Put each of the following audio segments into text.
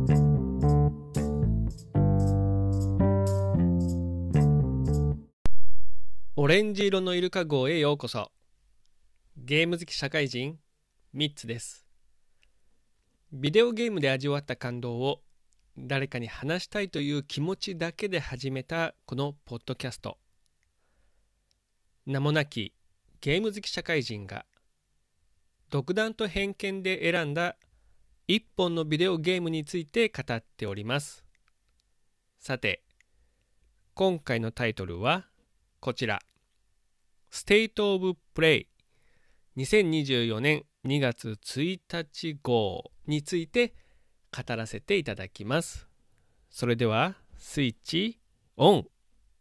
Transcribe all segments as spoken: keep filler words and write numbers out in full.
オレンジ色のイルカ号へようこそ。ゲーム好き社会人ミッツです。ビデオゲームで味わった感動を誰かに話したいという気持ちだけで始めたこのポッドキャスト。名もなきゲーム好き社会人が独断と偏見で選んだ一本のビデオゲームについて語っております。さて、今回のタイトルはこちら。ステートオブプレイにせんにじゅうよねんにがつついたち号について語らせていただきます。それではスイッチオン。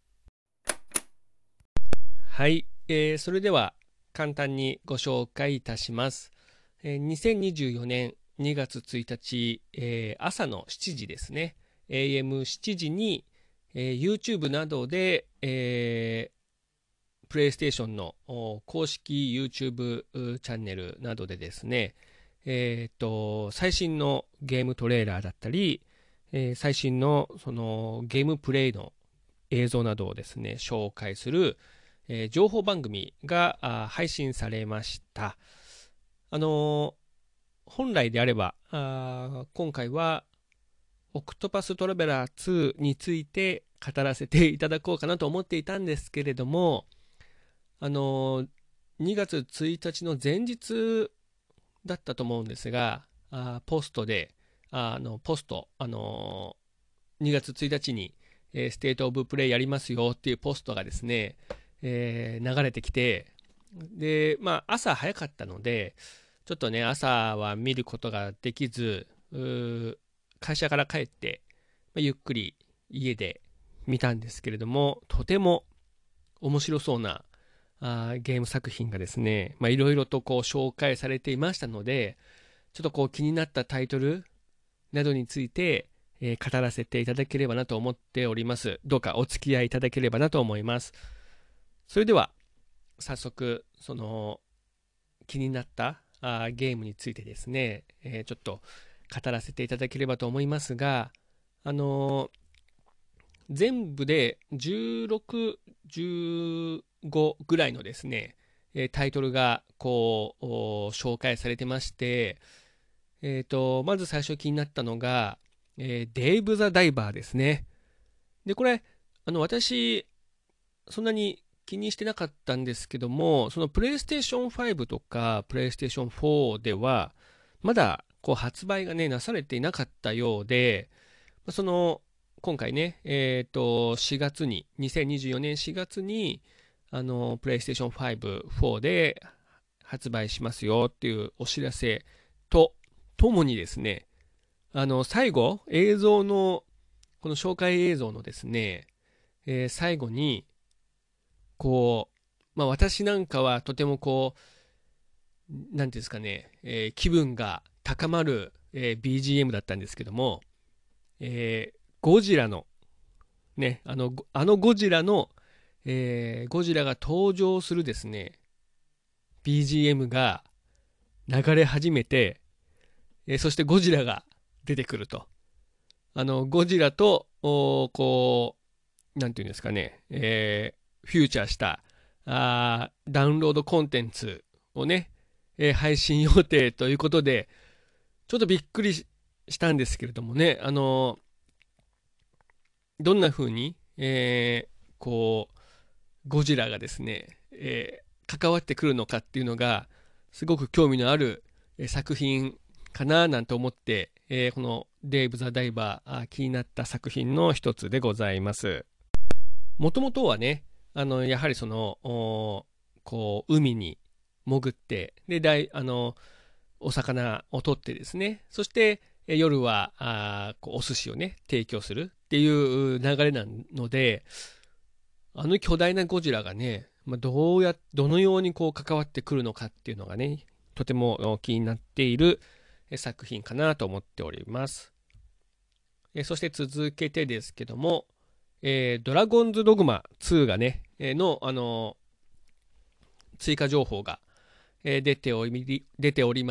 はい、えー、それでは簡単にご紹介いたします。えー、にせんにじゅうよねんにがつついたち、えー、朝のしちじですね。エーエムしちじに、えー、YouTube などで、えープレイステーションの公式 YouTube チャンネルなどでですね、えー、と最新のゲームトレーラーだったり、えー、最新のそのゲームプレイの映像などをですね紹介する、えー、情報番組が配信されました。あのー、本来であればあ今回はオクトパストラベラーツーについて語らせていただこうかなと思っていたんですけれども、あのにがつついたちの前日だったと思うんですが、あポストであのポスト、あのにがつついたちに、えー、ステートオブプレイやりますよっていうポストがですね、えー、流れてきて、でまあ朝早かったのでちょっとね朝は見ることができず、会社から帰って、まあ、ゆっくり家で見たんですけれども、とても面白そうなあーゲーム作品がですね、いろいろとこう紹介されていましたので、ちょっとこう気になったタイトルなどについて、えー語らせていただければなと思っております。どうかお付き合いいただければなと思います。それでは早速その気になったあーゲームについてですね、えーちょっと語らせていただければと思いますが、あのー全部でじゅうろく、じゅうごぐらいのですね、タイトルがこう紹介されてまして、えーと、まず最初気になったのが、えーデイブ・ザ・ダイバーですね。で、これ、あの私、そんなに気にしてなかったんですけども、そのプレイステーションファイブとかプレイステーションフォーでは、まだこう発売がね、なされていなかったようで、その今回ね、えっと、しがつに、にせんにじゅうよねんしがつに、あの、プレイステーションファイブ、フォーで発売しますよっていうお知らせと、ともにですね、あの、最後、映像の、この紹介映像のですね、えー最後に、こう、まあ私なんかはとてもこう、なんていうんですかね、えー気分が高まる、えー ビージーエム だったんですけども、えーゴジラの、ね、あの、あのゴジラの、えーゴジラが登場するですね、ビージーエム が流れ始めて、えーそしてゴジラが出てくると。あの、ゴジラと、おこう、なんていうんですかね、えーフューチャーしたあーダウンロードコンテンツをね、えー配信予定ということで、ちょっとびっくりししたんですけれどもね、あのどんな風に、えーこう、ゴジラがですね、えー関わってくるのかっていうのが、すごく興味のある、えー作品かななんて思って、えーこのデイブ・ザ・ダイバー、あ気になった作品の一つでございます。もともとはね、あの、やはりその、おこう、海に潜って、で、だいあの、お魚を取ってですね、そしてえ夜はあこうお寿司をね、提供するっていう流れなので、あの巨大なゴジラがね、まあ、どうや、どのようにこう関わってくるのかっていうのがね、とても気になっているえ作品かなと思っております。えそして続けてですけども、えードラゴンズドグマツーがね、えーの、あのー追加情報が、えー出ており出ておりまし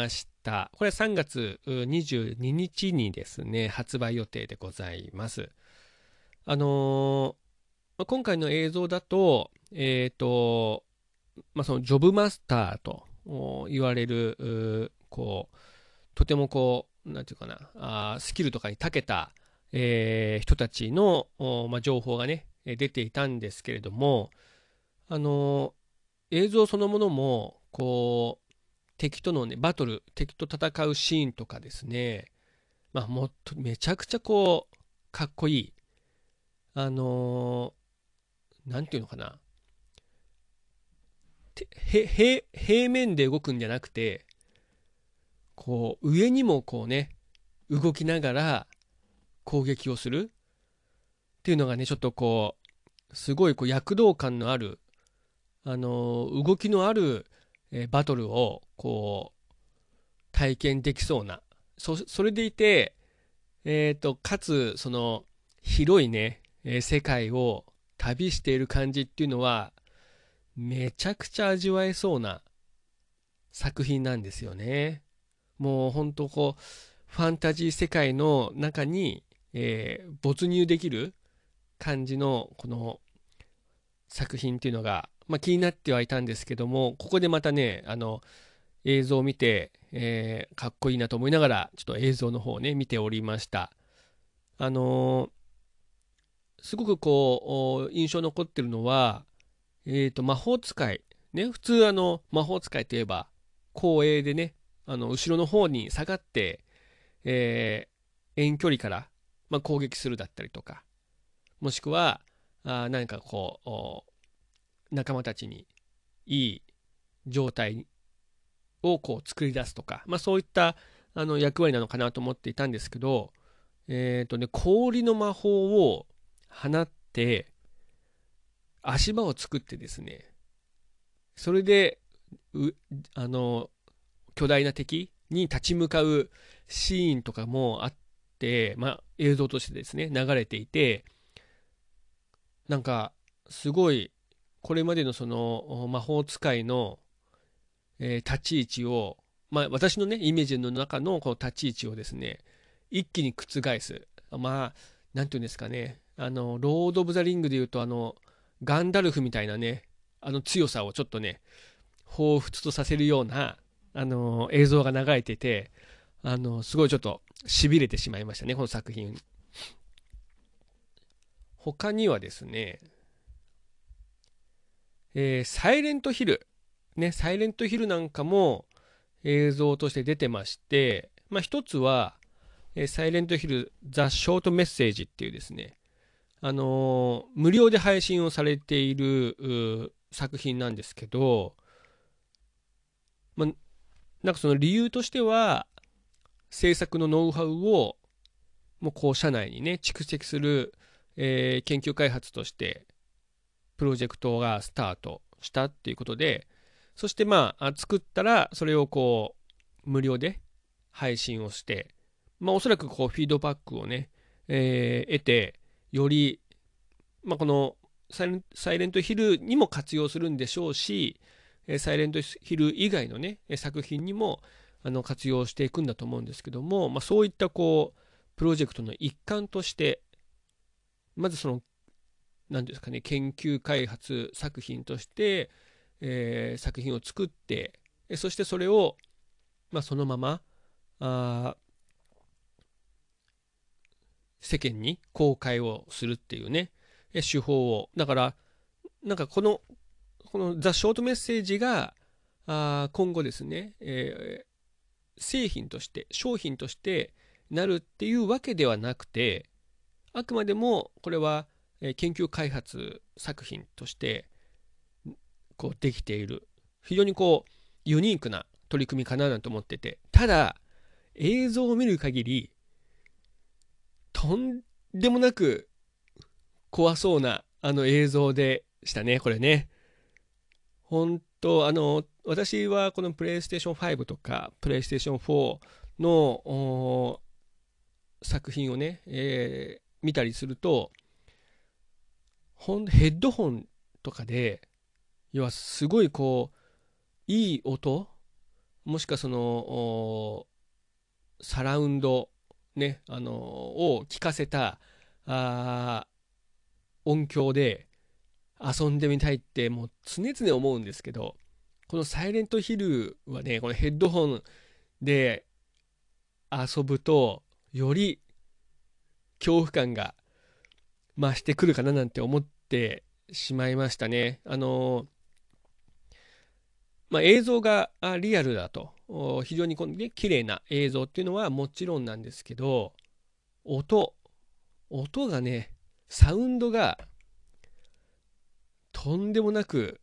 ター、これはさんがつにじゅうににちにですね、発売予定でございます。あのー今回の映像だと、えっと、まあ、そのジョブマスターと言われる、こう、とてもこう、なんていうかな、あスキルとかに長けた、えー人たちの、まあ、情報がね、出ていたんですけれども、あのー映像そのものも、こう、敵とのね、バトル、敵と戦うシーンとかですね、まあ、もっと、めちゃくちゃこう、かっこいい。あのーなんていうのかな、てへ平平面で動くんじゃなくて、こう、上にもこうね、動きながら攻撃をするっていうのがね、ちょっとこう、すごいこう躍動感のある、あのー動きのある、えーバトルをこう体験できそうな、そそれでいて、えーと、かつその広いね、えー世界を旅している感じっていうのはめちゃくちゃ味わえそうな作品なんですよね。もうほんとこうファンタジー世界の中に、えー没入できる感じのこの作品っていうのが、まあ、気になってはいたんですけども、ここでまたね、あの映像を見て、えーかっこいいなと思いながらちょっと映像の方をね見ておりました。あのーすごくこう印象に残ってるのは、えーと魔法使いね、普通あの魔法使いといえば後衛でね、あの後ろの方に下がって、えー遠距離から、まあ、攻撃するだったりとか、もしくはあ何かこう仲間たちにいい状態をこう作り出すとか、まあ、そういったあの役割なのかなと思っていたんですけど、えーとね、氷の魔法を放って足場を作ってですね、それでうあの巨大な敵に立ち向かうシーンとかもあって、まあ、映像としてですね流れていて、なんかすごいこれまでのその魔法使いの、えー立ち位置を、まあ、私のねイメージの中のこの立ち位置をですね一気に覆す、まあなんていうんですかね、あのロード・オブ・ザ・リングでいうとあのガンダルフみたいなね、あの強さをちょっとね彷彿とさせるような、あの映像が流れていて、あのすごいちょっとしびれてしまいましたね、この作品。他にはですね、えーサイレントヒル、ね、サイレントヒルなんかも映像として出てまして、まあ、一つは、えーサイレントヒル・ザ・ショート・メッセージっていうですね、あのー無料で配信をされている作品なんですけど、まあ、なんかその理由としては、制作のノウハウをもうこう社内にね蓄積する、えー研究開発としてプロジェクトがスタートしたっていうことで、そしてまあ作ったらそれをこう無料で配信をして、まあ、おそらくこうフィードバックをね、えー得て、より、まあ、このサイレンサイレントヒルにも活用するんでしょうし、サイレントヒル以外のね作品にもあの活用していくんだと思うんですけども、まあ、そういったこうプロジェクトの一環として、まずその何ですかね、研究開発作品として、えー作品を作って、そしてそれを、まあ、そのままあ世間に公開をするっていうね手法を、だからなんかこのこのザ・ショートメッセージがあ今後ですね、えー製品として商品としてなるっていうわけではなくて、あくまでもこれはえ研究開発作品としてこうできている、非常にこうユニークな取り組みかななんて思ってて、ただ映像を見る限りとんでもなく怖そうなあの映像でしたね、これね。本当あの私はこのプレイステーションファイブとかプレイステーションフォーの作品をね、えー見たりすると、ほんヘッドホンとかで、要はすごいこういい音、 もしくはそのサラウンド、ね、あのを聞かせたあ音響で遊んでみたいってもう常々思うんですけど、このサイレントヒルはね、このヘッドホンで遊ぶとより恐怖感が増してくるかななんて思ってしまいましたね。あのまあ、映像がリアルだと非常にこう、ね、綺麗な映像っていうのはもちろんなんですけど、音音がね、サウンドがとんでもなく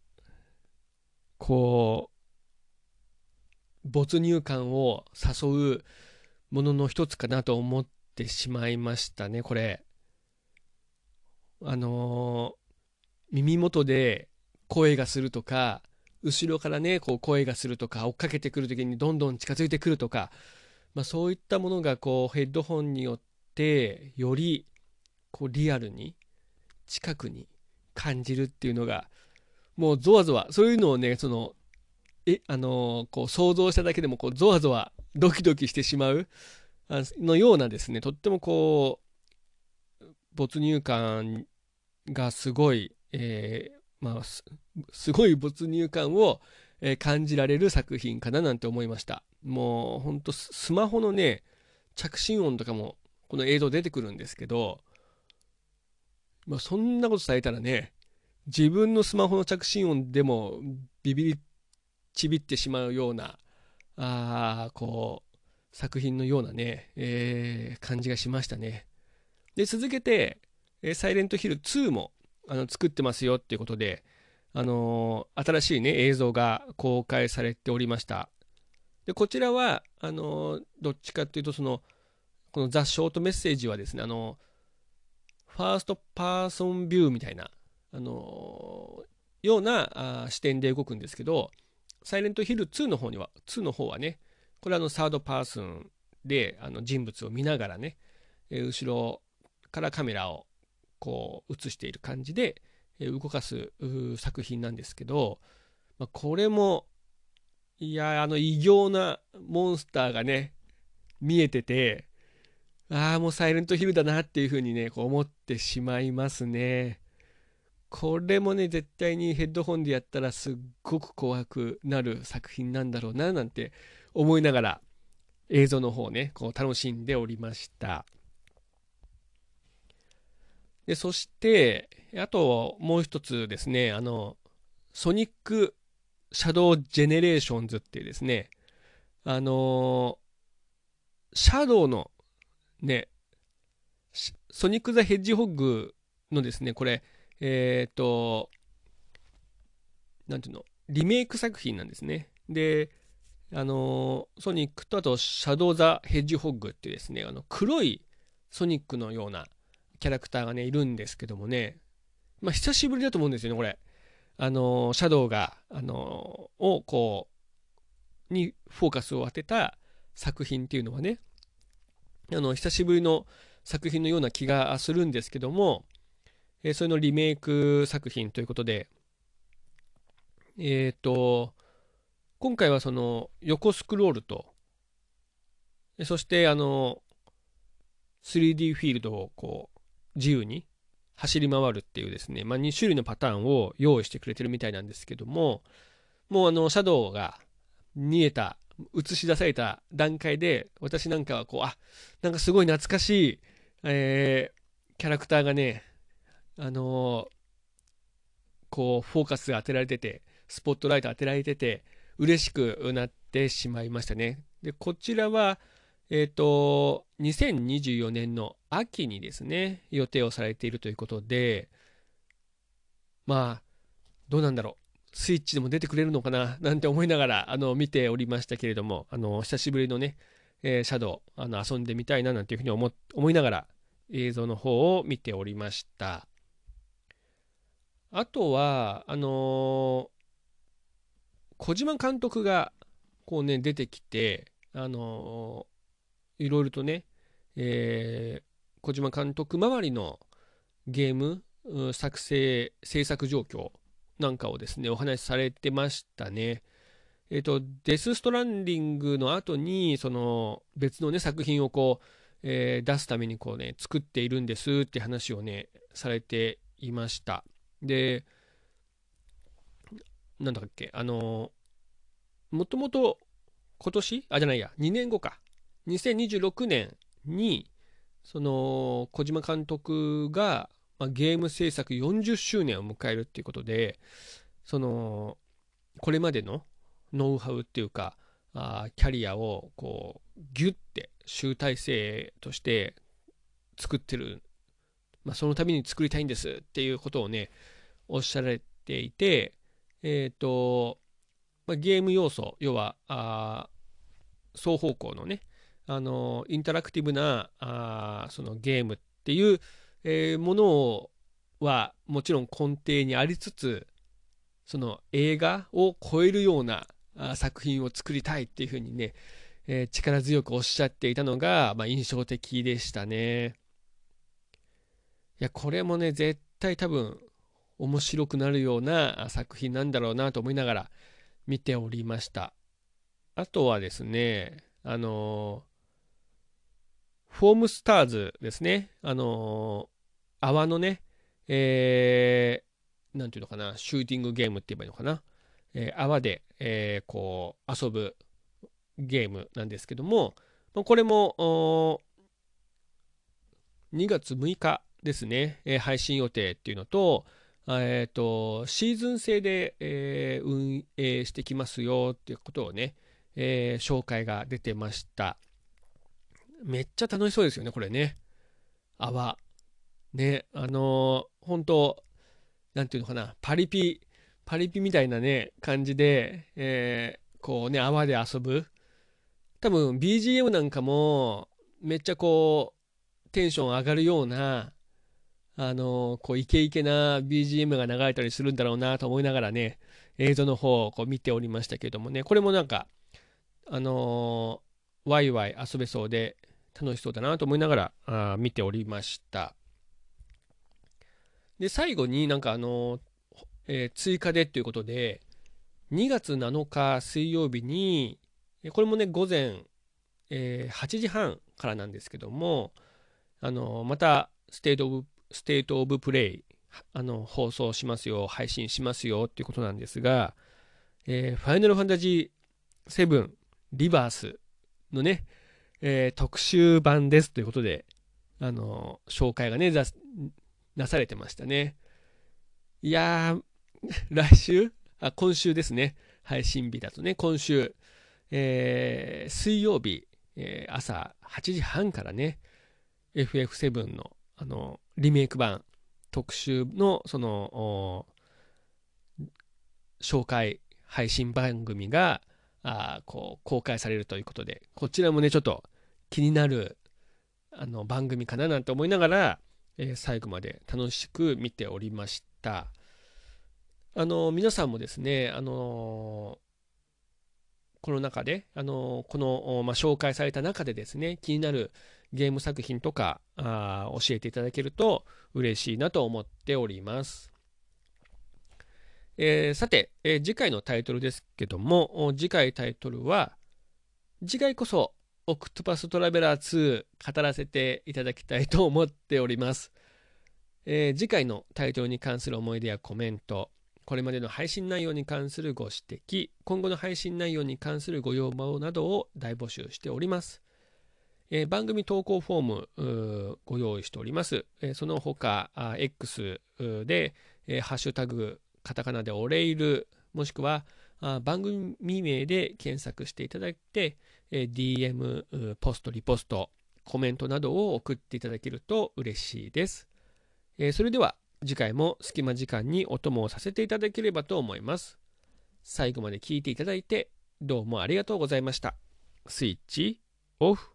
こう没入感を誘うものの一つかなと思ってしまいましたね。これあのー耳元で声がするとか、後ろからねこう声がするとか、追っかけてくる時にどんどん近づいてくるとか、まあ、そういったものがこうヘッドホンによってよりこうリアルに近くに感じるっていうのが、もうゾワゾワ、そういうのをね、そのえあのーこう想像しただけでもこうゾワゾワドキドキしてしまうあのようなですね、とってもこう没入感がすごい、えーまあす、すごい没入感を、えー感じられる作品かななんて思いました。もうほんとススマホのね着信音とかもこの映像出てくるんですけど、まあ、そんなことされたらね、自分のスマホの着信音でもビビりちびってしまうようなあーこう作品のようなね、えー感じがしましたね。で続けて、えーサイレントヒルツーもあの作ってますよっていうことで、あのー新しいね映像が公開されておりました。でこちらはあのーどっちかっていうと、そのこのザ・ショートメッセージはですね、あのファーストパーソンビューみたいな、あのーようなあ視点で動くんですけど、サイレントヒルツーの方にはツーの方はね、これはあのサードパーソンであの人物を見ながらね、えー後ろからカメラをこう映している感じでえー動かす作品なんですけど、まあ、これもいやあの異形なモンスターがね見えてて、ああもうサイレントヒルだなっていう風にねこう思ってしまいますね。これもね絶対にヘッドホンでやったらすっごく怖くなる作品なんだろうななんて思いながら映像の方ねこう楽しんでおりました。でそしてあともう一つですね、あのソニックシャドウジェネレーションズっていうですね、あのーシャドウのね、ソニック・ザ・ヘッジホッグのですね、これ、えっ、ー、と、なんていうの、リメイク作品なんですね。で、あのーソニックとあと、シャドウ・ザ・ヘッジホッグっていうですね、あの黒いソニックのようなキャラクターがね、いるんですけどもね、まあ、久しぶりだと思うんですよね、これ。あのーシャドウが、あのーをこう、にフォーカスを当てた作品っていうのはね、あの久しぶりの作品のような気がするんですけども、えーそれのリメイク作品ということで、えっ、と、今回はその横スクロールと、そしてあの スリーディー フィールドをこう自由に走り回るっていうですね、まあ、に種類のパターンを用意してくれてるみたいなんですけども、もうあのシャドウが見えた、映し出された段階で、私なんかはこう、あ、なんかすごい懐かしい、えーキャラクターがね、あのーこう、フォーカスが当てられてて、スポットライト当てられてて、嬉しくなってしまいましたね。で、こちらは、えっと、にせんにじゅうよねんの秋にですね、予定をされているということで、まあ、どうなんだろう。スイッチでも出てくれるのかななんて思いながらあの見ておりましたけれども、あの久しぶりのね、えーシャドウあの遊んでみたいななんていうふうに思思いながら映像の方を見ておりました。あとはあのー小島監督がこうね出てきて、あのーいろいろとね、えー小島監督周りのゲームう作成制作状況なんかをですねお話しされてましたね。 えっと、デス・ストランディングの後に、その別のね、作品をこう、えー出すためにこうね、作っているんですって話をね、されていました。で、なんだっけ、あの、もともと今年あ、じゃないや、にねんごか。にせんにじゅうろくねんに、その、小島監督が、まあ、ゲーム制作よんじゅっしゅうねんを迎えるっていうことで、その、これまでのノウハウっていうか、あーキャリアをこう、ギュッて集大成として作ってる、まあ、そのために作りたいんですっていうことをね、おっしゃられていて、えっと、まあ、ゲーム要素、要は、あ双方向のね、あのインタラクティブなあそのゲームっていう、えーものはもちろん根底にありつつ、その映画を超えるようなあ作品を作りたいっていうふうにね、えー力強くおっしゃっていたのが、まあ、印象的でしたね。いや、これもね、絶対多分面白くなるような作品なんだろうなと思いながら見ておりました。あとはですね、あのフォームスターズですね。あのー泡のね、えー、なんていうのかな、シューティングゲームって言えばいいのかな。えー泡で、えーこう、遊ぶゲームなんですけども、これもにがつむいかですね、えー配信予定っていうのと、えーと、シーズン制で、えー運営してきますよっていうことをね、えー紹介が出てました。めっちゃ楽しそうですよね、これね。泡。ね、あのー本当なんていうのかな、パリピ、パリピみたいなね、感じで、えーこうね、泡で遊ぶ。多分 ビージーエム なんかも、めっちゃこう、テンション上がるような、あのーこう、イケイケな ビージーエム が流れたりするんだろうなと思いながらね、映像の方をこう見ておりましたけれどもね、これもなんか、あのーワイワイ遊べそうで楽しそうだなと思いながらあー見ておりました。で、最後になんかあの、えー追加でということで、にがつなのか水曜日に、これもね、午前、えーはちじはんからなんですけども、あの、また、ステートオブ、ステートオブプレイ、あの、放送しますよ、配信しますよっていうことなんですが、えーファイナルファンタジーセブンリバースのね、えー特集版ですということで、あの、紹介がね、なされてましたね。いやー、来週あ、今週ですね。配信日だとね、今週、えー水曜日、えー朝はちじはんからね、エフエフセブン の、あの、リメイク版、特集の、その、紹介、配信番組が、あこう、公開されるということで、こちらもね、ちょっと気になる、あの、番組かななんて思いながら、えー最後まで楽しく見ておりました。あの、皆さんもですね、あのこの中で、あのこの、まあ、紹介された中でですね、気になるゲーム作品とかあ教えていただけると嬉しいなと思っております。えーさて、えー次回のタイトルですけども、次回タイトルは、次回こそ、オクトパストラベラーツー語らせていただきたいと思っております。えー次回のタイトルに関する思い出やコメント、これまでの配信内容に関するご指摘、今後の配信内容に関するご要望などを大募集しております。えー番組投稿フォームーご用意しております。えーその他あ X で、えーハッシュタグカタカナでオレイルもしくはあ番組名で検索していただいて、えー ディーエム、ポスト、リポスト、コメントなどを送っていただけると嬉しいです。えーそれでは次回も隙間時間にお供をさせていただければと思います。最後まで聞いていただいてどうもありがとうございました。スイッチオフ。